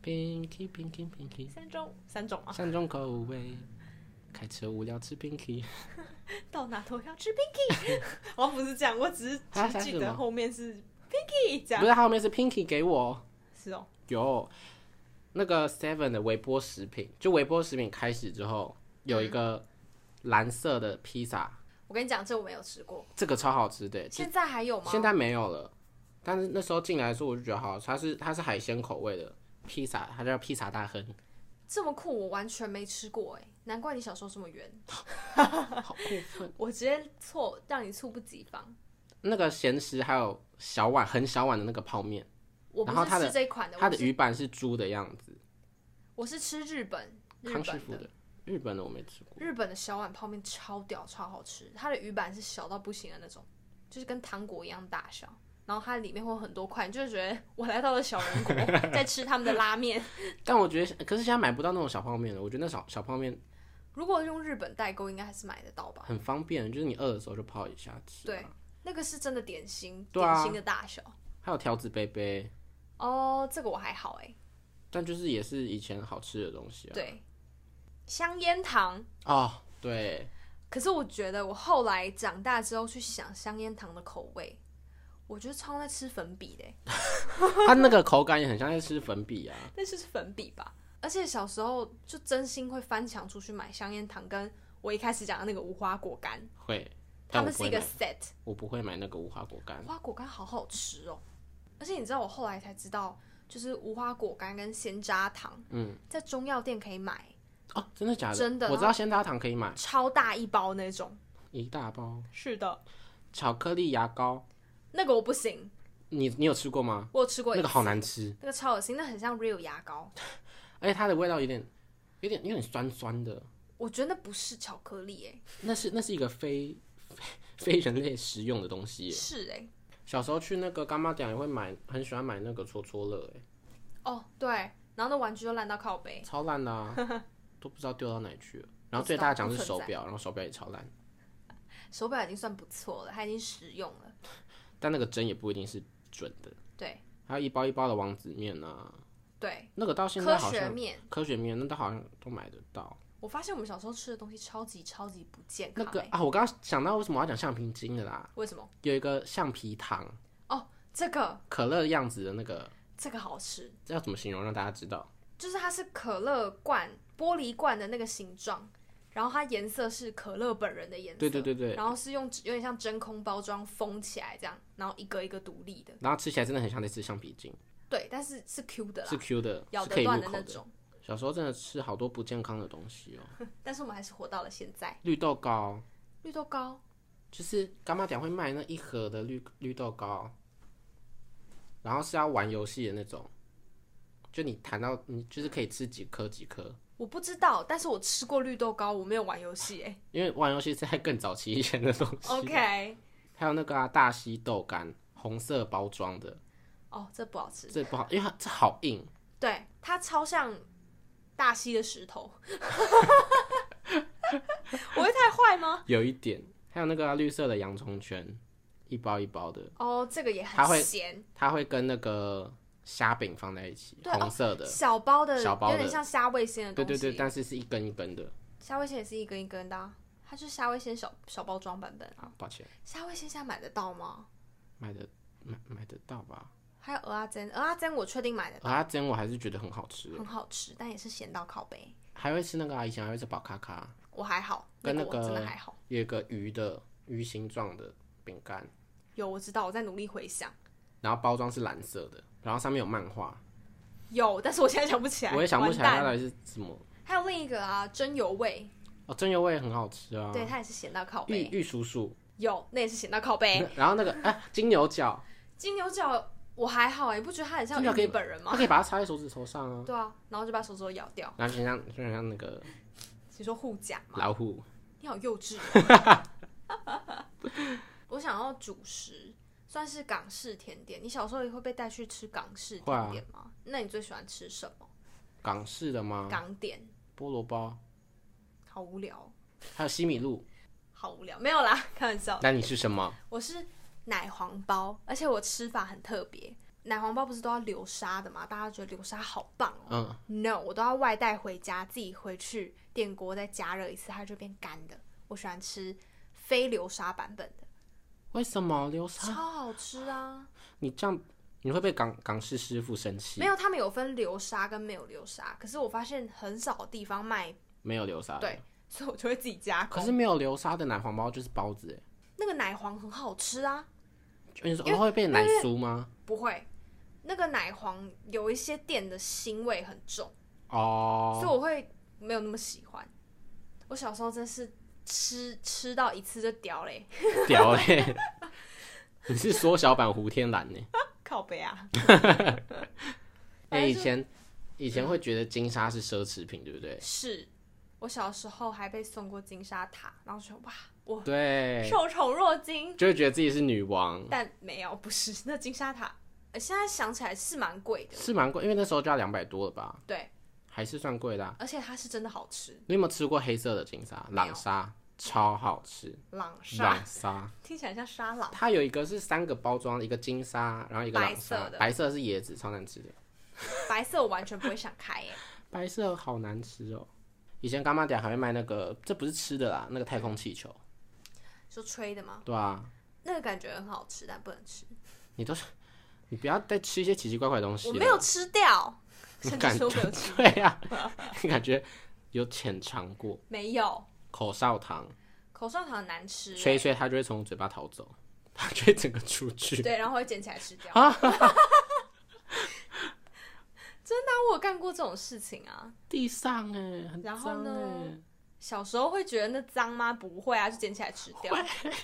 Pinky 三种啊， 三种口味，开车无聊吃 Pinky。 到哪都要吃 Pinky。好像不是这样，我只记得后面是 Pinky 这样。 不是，它后面是 Pinky 给我。 是哦， 有那个 Seven 的微波食品，就微波食品开始之后，有一个蓝色的披萨。 我跟你讲，这我没有吃过， 这个超好吃的。 现在还有吗？ 现在没有了，但是那时候进来的时候我就觉得好吃，它是海鲜口味的披萨，它叫披萨大亨。 这么酷，我完全没吃过哎，难怪你小时候这么圆。 好过分！ 我直接让你猝不及防。 那个咸食还有小碗很小碗的那个泡面， 我不是吃这一款的， 它的鱼板是猪的样子。 我是吃日本康师傅的。日本的我没吃过， 日本的小碗泡面超屌超好吃，它的鱼板是小到不行的那种，就是跟糖果一样大小，然后它里面会有很多块，你就觉得我来到了小人国，在吃他们的拉面。 但我觉得，可是现在买不到那种小泡面了。我觉得那小泡面， 如果用日本代购，应该还是买得到吧？ 很方便，就是你饿的时候就泡一下吃。 对，那个是真的点心， 对啊， 点心的大小。 还有条子杯杯。 哦，这个我还好哎。 但就是也是以前好吃的东西啊。 对。香烟糖哦，对。 可是我觉得我后来长大之后去想香烟糖的口味，我觉得超在吃粉笔的。 它那个口感也很像在吃粉笔啊。 那就是粉笔吧？而且小时候就真心会翻墙出去买香烟糖，跟我一开始讲的那个无花果干， 会， 他们是一个 set。 我不会买那个无花果干。 无花果干好好吃哦！而且你知道我后来才知道，就是无花果干跟鲜榨糖，在中药店可以买。 哦，真的假的？ 真的， 我知道鲜榨糖可以买， 超大一包那种， 一大包。 是的。 巧克力牙膏， 那个我不行。 你有吃过吗？ 我有吃过一次， 那个好难吃， 那个超恶心，那很像 real 牙膏， 而且它的味道有点酸酸的。 我觉得那不是巧克力哎， 那是一个非人类食用的东西。 是哎， 小时候去那个干妈店也会买，很喜欢买那个戳戳乐哎。 哦，对，然后那玩具就烂到靠背， 超烂的啊。都不知道丢到哪里去了。然后最大的奖是手表，然后手表也超烂。 手表已经算不错了，它已经实用了。 但那个针也不一定是准的。 对。 还有一包一包的王子面啊。 对。 那个到现在好像科学面那都好像都买得到。 我发现我们小时候吃的东西超级不健康。 那个啊，我刚刚想到为什么我要讲橡皮筋的啦？ 为什么？ 有一个橡皮糖。 哦，这个可乐样子的那个。 这个好吃。 这要怎么形容让大家知道？ 就是它是可乐罐玻璃罐的那个形状，然后它颜色是可乐本人的颜色， 对， 然后是用有点像真空包装封起来这样，然后一个一个独立的， 然后吃起来真的很像在吃橡皮筋。 对，但是是 Q 的啦， 是 Q 的， 咬得断的那种。 小时候真的吃好多不健康的东西哦。 但是我们还是活到了现在。 绿豆糕就是干妈店会卖那一盒的绿豆糕，然后是要玩游戏的那种。 就你弹到你就是可以吃几颗几颗。 我不知道，但是我吃过绿豆糕，我没有玩游戏哎。 因为玩游戏是在更早期以前的东西。 OK。 还有那个大溪豆干，红色包装的。 哦，这不好吃。 这不好，因为这好硬。 对，它超像大溪的石头。我会太坏吗？ 有一点。还有那个绿色的洋葱圈，一包一包的。 哦，这个也很咸。 它会跟那个虾饼放在一起，红色的、 小包的， 小包的， 有点像虾味鲜的东西。 对，但是是一根一根的。 虾味鲜也是一根一根的啊，它是虾味鲜小包装版本啊。 抱歉。 虾味鲜现在买得到吗？ 买得到吧。 还有蚵仔煎我确定买得到。 蚵仔煎我还是觉得很好吃， 很好吃，但也是咸到靠背。 还会吃那个以前还会吃宝咖咖。 我还好， 跟那个我真的还好。 有一个鱼形状的饼干。 有，我知道，我在努力回想。 然后包装是蓝色的，然后上面有漫画。 有，但是我现在想不起来。 我也想不起来它到底是什么。 还有另一个啊，真油味。 哦，真油味很好吃啊。 对，它也是咸到靠背。 玉叔叔。 有，那也是咸到靠背。 然后那个金牛角。 金牛角我还好哎，你不觉得它很像玉米本人吗？ 它可以把它插在手指头上啊。 对啊，然后就把手指头咬掉。 然后就像那个。 你说护甲吗？ 老虎。 你好幼稚。我想要主食，算是港式甜点。你小时候也会被带去吃港式甜点吗？那你最喜欢吃什么？ 港式的吗？ 港点。 菠萝包。 好无聊。 还有西米露。 好无聊，没有啦，开玩笑。 那你是什么？ 我是奶黄包，而且我吃法很特别。奶黄包不是都要流沙的吗？大家觉得流沙好棒哦。No， 我都要外带回家，自己回去电锅再加热一次，它就变干的。我喜欢吃非流沙版本的。 为什么流沙？ 超好吃啊！ 你这样你会被港式师傅生气？ 没有，他们有分流沙跟没有流沙，可是我发现很少的地方卖没有流沙的。 对，所以我就会自己加工。 可是没有流沙的奶黄包就是包子哎。 那个奶黄很好吃啊。 你说会变奶酥吗？ 不会。那个奶黄有一些店的腥味很重哦， 所以我会没有那么喜欢。我小时候真是吃到一次就屌嘞， 屌嘞！你是缩小版胡天蓝呢？ 靠北啊！ 以前会觉得金沙是奢侈品，对不对？ 是，我小时候还被送过金沙塔，然后说哇，我对受宠若惊， 就会觉得自己是女王， 但没有，不是那金沙塔。现在想起来是蛮贵的， 是蛮贵，因为那时候就要200多了吧？ 对， 还是算贵的啊。 而且它是真的好吃。 你有没有吃过黑色的金沙？朗沙超好吃。 朗沙听起来像沙朗。 它有一个是3个包装，一个金沙，然后一个朗沙。白色是椰子，超难吃的。 白色我完全不会想开耶。 白色好难吃哦。以前干妈店还会卖那个，这不是吃的啦，那个太空气球。 说吹的吗？ 对啊。 那个感觉很好吃，但不能吃。 你不要再吃一些奇奇怪怪的东西了。 我没有吃掉，甚至说没有吃掉。 对啊，你感觉有浅尝过？ 没有。口哨糖很难吃， 吹它就会从嘴巴逃走，它就会整个出去。 对，然后会捡起来吃掉。真的我有干过这种事情啊。 地上哎，很脏。 然后呢？小时候会觉得那脏吗？不会啊，就捡起来吃掉。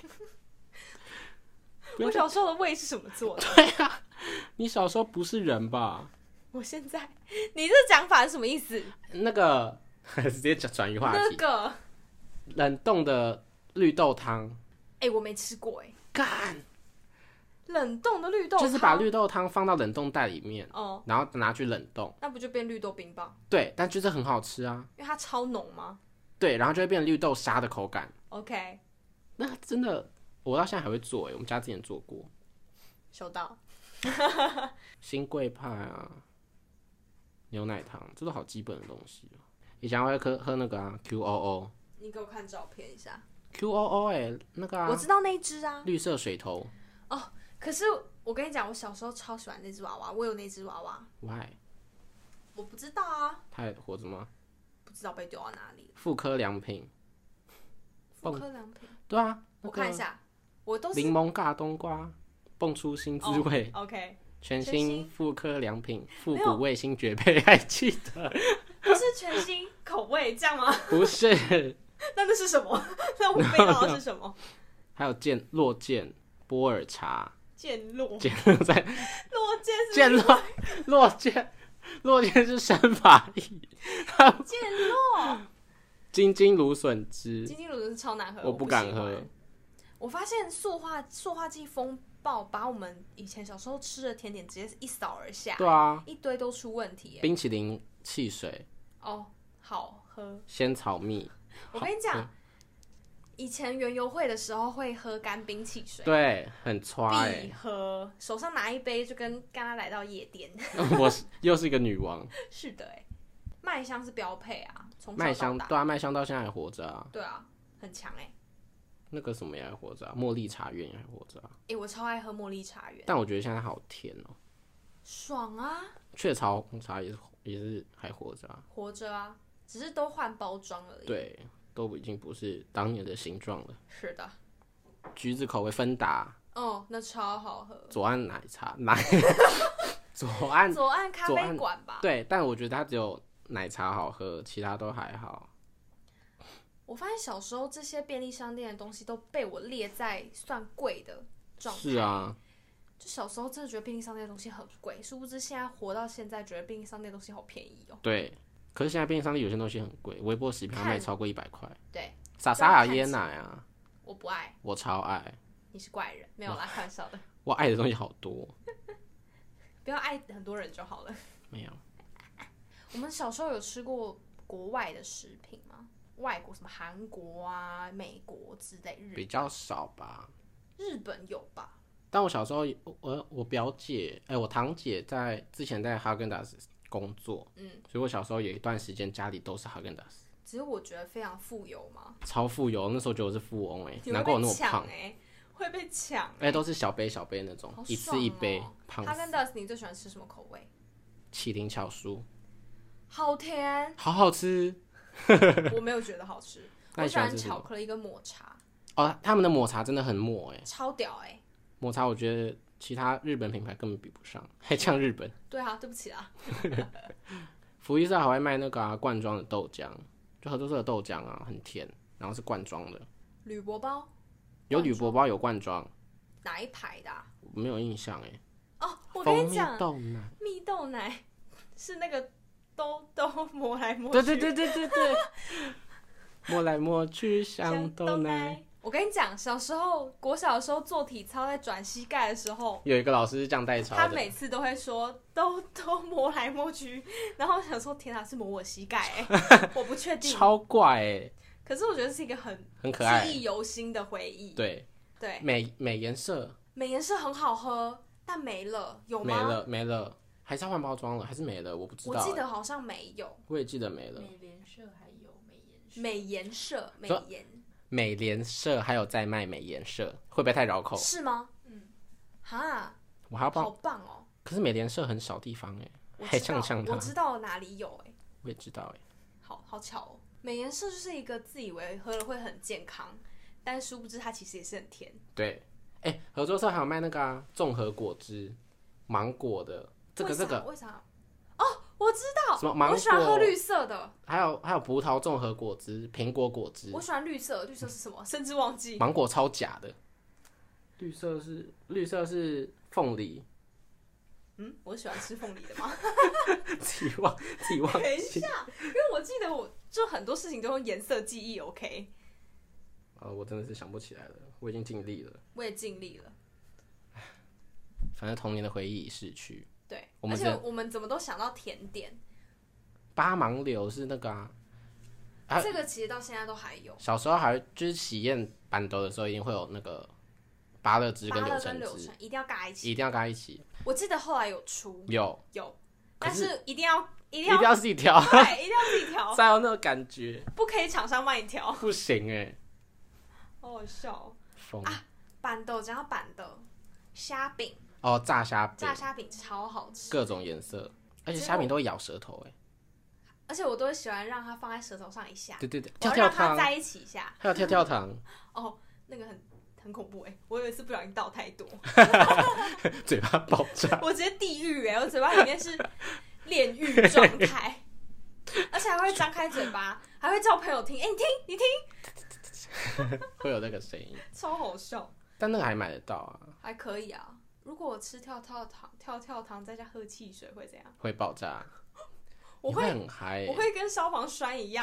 我小时候的胃是什么做的？ 对啊，你小时候不是人吧？ 我现在，你这讲法是什么意思？ 那个直接转移话题。 那个冷冻的绿豆汤， 我没吃过干。 冷冻的绿豆汤就是把绿豆汤放到冷冻袋里面，然后拿去冷冻， 那不就变绿豆冰棒？ 对，但就是很好吃啊， 因为它超浓吗？ 对，然后就会变成绿豆沙的口感。 OK， 那真的。我到现在还会做我们家之前做过。 收到。 新贵派啊，牛奶糖，这都好基本的东西哦。以前会喝那个QOO。 你给我看照片一下。 QOO 那个我知道那一只啊， 绿色水头。 哦，可是我跟你讲，我小时候超喜欢那只娃娃，我有那只娃娃。 Why？ 我不知道啊。 它还活着吗？ 不知道被丢到哪里。 妇科良品。 妇科良品。 对啊， 我看一下。我都是柠檬尬冬瓜，蹦出新滋味。 OK， 全新妇科良品，复古味新绝配，还记得？ 不是全新口味这样吗？ 不是。 那是什么？那我背到的是什么？ 还有落健波尔茶。 健落在落健落健是生发液， 健落。 金金芦笋汁， 金金芦是超难喝， 我不敢喝。 我发现塑化剂风暴把我们以前小时候吃的甜点直接一扫而下， 对啊， 一堆都出问题。 冰淇淋汽水， 哦，好喝。 仙草蜜， 我跟你讲，以前园游会的时候会喝干冰汽水， 对，很抓必喝，手上拿一杯就跟刚刚来到夜店。 我又是一个女王。 是的，麦香是标配啊，从麦香， 小到大。 对啊，麦香到现在还活着啊。 对啊，很强那个什么也还活着啊，茉莉茶园也还活着啊。 我超爱喝茉莉茶园， 但我觉得现在好甜哦。 爽啊！ 雀巢红茶也是还活着啊。 活着啊，只是都换包装而已。 对，都已经不是当年的形状了。 是的。 橘子口味芬达， 哦，那超好喝。 左岸奶茶左岸咖啡馆吧。 对，但我觉得它只有奶茶好喝，其他都还好。 我发现小时候这些便利商店的东西都被我列在算贵的状态。 是啊， 就小时候真的觉得便利商店的东西很贵，殊不知现在活到现在，觉得便利商店的东西好便宜哦。 对，可是现在便利商店有些东西很贵，微波食品要卖超过100块。 对， 莎莎雅椰奶啊， 我不爱， 我超爱。 你是怪人，没有啦，开玩笑的。 我爱的东西好多， 不要爱很多人就好了。 没有。 我们小时候有吃过国外的食品吗？外国什么韩国啊、美国之类， 比较少吧。 日本有吧？ 但我小时候，我表姐，我堂姐之前在哈根达斯工作，所以我小时候有一段时间家里都是哈根达斯。 只是我觉得非常富有嘛， 超富有，那时候觉得我是富翁难怪我那么胖。 会被抢都是小杯小杯那种，一次一杯，胖死。 哈根达斯你最喜欢吃什么口味？ 麒麟巧酥， 好甜， 好好吃。 我没有觉得好吃，我喜欢巧克力跟抹茶。 他们的抹茶真的很抹超屌抹茶我觉得其他日本品牌根本比不上，还呛日本。 对啊，对不起啦。 福利社还会卖那个罐装的豆浆，就合作社的豆浆啊，很甜，然后是罐装的。 铝箔包有铝箔包，有罐装。 哪一排的我没有印象我跟你讲， 蜜豆奶是那个都磨来磨去。 对，摸来摸去像豆奶。 我跟你讲，小时候国小的时候做体操，在转膝盖的时候， 有一个老师是这样代操的， 他每次都会说都摸来摸去，然后我想说天哪，是磨我膝盖我不确定， 超怪可是我觉得是一个很可爱、 记忆犹新的回忆。 对，美颜色很好喝，但没了，有吗？ 没了，还是要换包装了，还是没了？我不知道。 我记得好像没有。 我也记得没了。 美联社还有美颜社， 美联社还有在卖美颜社，会不会太绕口？ 是吗？哈， 我还要好棒哦！ 可是美联社很少地方还呛它。 我知道哪里有我也知道好巧哦。美颜社就是一个自以为喝了会很健康，但殊不知它其实也是很甜。 对，合作社还有卖那个综合果汁，芒果的这个为啥？我知道， 什么芒果？ 我喜欢喝绿色的。 还有葡萄综合果汁、苹果果汁。 我喜欢绿色，绿色是什么？甚至忘记。 芒果超假的，绿色是凤梨。 我喜欢吃凤梨的吗？ 自己忘记。 等一下，因为我记得我就很多事情都用颜色记忆。OK。 我真的是想不起来了，我已经尽力了。 我也尽力了。 反正童年的回忆已逝去。 对，而且我们怎么都想到甜点。 八芒柳是那个这个其实到现在都还有。 小时候还就是喜宴板豆的时候，一定会有那个芭乐汁跟柳橙汁， 一定要嘎一起。 我记得后来有出， 有， 但是一定要自己调， 对，一定要自己调， 才有那个感觉， 不可以厂商帮你调， 不行好好笑板豆讲到板豆，虾饼。 炸虾饼超好吃， 各种颜色，而且虾饼都会咬舌头而且我都会喜欢让它放在舌头上一下， 对， 跳跳糖，让它在一起一下， 还有跳跳糖， 那个很恐怖我有一次不小心倒太多， 嘴巴爆炸， 我直接地狱我嘴巴里面是炼狱状态，而且还会张开嘴巴，还会叫朋友听，你听， 会有那个声音， 超好笑。 但那个还买得到还可以啊。 如果我吃跳跳糖再加喝汽水会怎样？ 会爆炸。 我你会很嗨、 我会跟消防栓一样。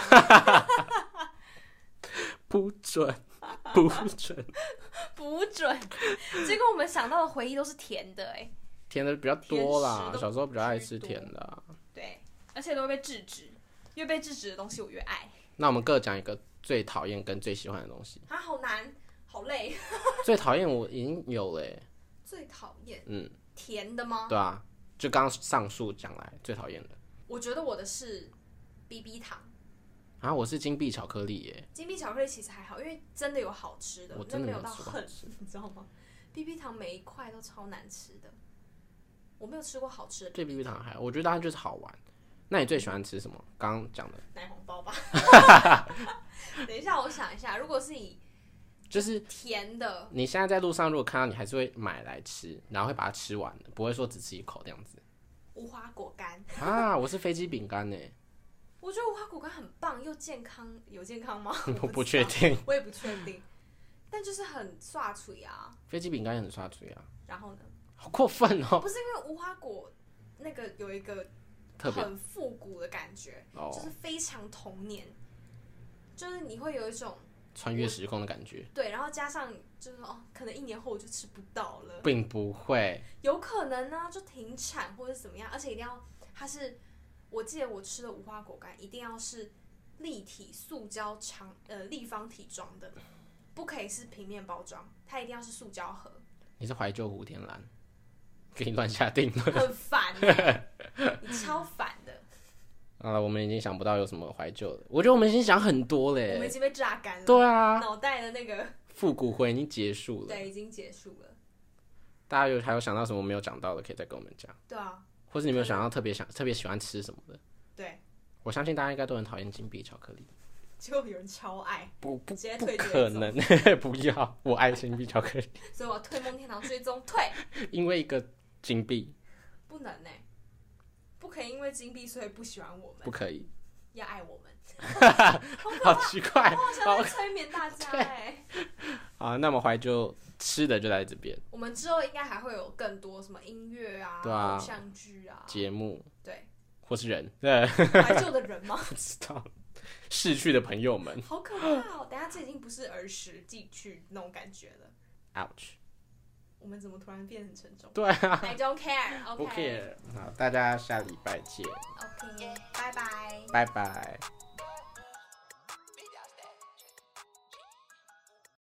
不准，不准。 不准。结果我们想到的回忆都是甜的甜的比较多啦甜食，都小时候比较爱吃甜的、啊。 对，而且都会被制止，越被制止的东西我越爱。 那我们各讲一个最讨厌跟最喜欢的东西。 啊，好难，好累。 最讨厌我已经有了、欸， 最讨厌， 甜的吗？ 对啊，就刚刚上述讲来最讨厌的。 我觉得我的是 BB 糖。 啊，我是金币巧克力耶。 金币巧克力其实还好，因为真的有好吃的， 我真的没有到没有吃过好恨，你知道吗？BB 糖每一块都超难吃的，我没有吃过好吃的。 对 BB 糖还好，我觉得它就是好玩。那你最喜欢吃什么？刚刚讲的奶黄包吧。等一下，我想一下，如果是以就是甜的， 你现在在路上如果看到，你还是会买来吃，然后会把它吃完的，不会说只吃一口这样子。 无花果干啊，我是飞机饼干呢。 我觉得无花果干很棒，又健康，有健康吗？ 我不确定， 我也不确定，但就是很刷嘴啊。 飞机饼干也很刷嘴啊。 然后呢？ 好过分哦！ 不是因为无花果那个有一个很复古的感觉，就是非常童年，就是你会有一种穿越时空的感觉。 对，然后加上就是可能1年后我就吃不到了， 并不会， 有可能呢，就停产或者怎么样，而且一定要它是，我记得我吃的无花果干一定要是立体塑胶立方体装的，不可以是平面包装，它一定要是塑胶盒。 你是怀旧胡天蓝，给你乱下定论， 很烦你超烦的。 好了，我们已经想不到有什么怀旧的，我觉得我们已经想很多嘞。 我们已经被榨干了。 对啊， 脑袋的那个复古回已经结束了。 对，已经结束了。 大家还有想到什么没有讲到的，可以再跟我们讲。 对啊， 或是你没有想到特别喜欢吃什么的？ 对， 我相信大家应该都很讨厌金币巧克力。 结果有人超爱， 不直接退可能，不要，我爱金币巧克力。 所以我要退梦天堂追踪退， 因为一个金币不能不可以因为金币所以不喜欢我们， 不可以， 要爱我们。 好奇怪， 我好像在催眠大家好，那么怀旧吃的就在这边。 我们之后应该还会有更多什么音乐啊、 对啊偶像剧啊、 节目， 对， 或是人，对， 怀旧的人吗？ 不知道，逝去的朋友们好可怕哦！等一下这已经不是儿时寄去那种感觉了。 ，ouch。 我们怎么突然变很沉重？ 对啊 I don't care， 不 care。好，大家下礼拜见， OK，拜拜。 拜拜。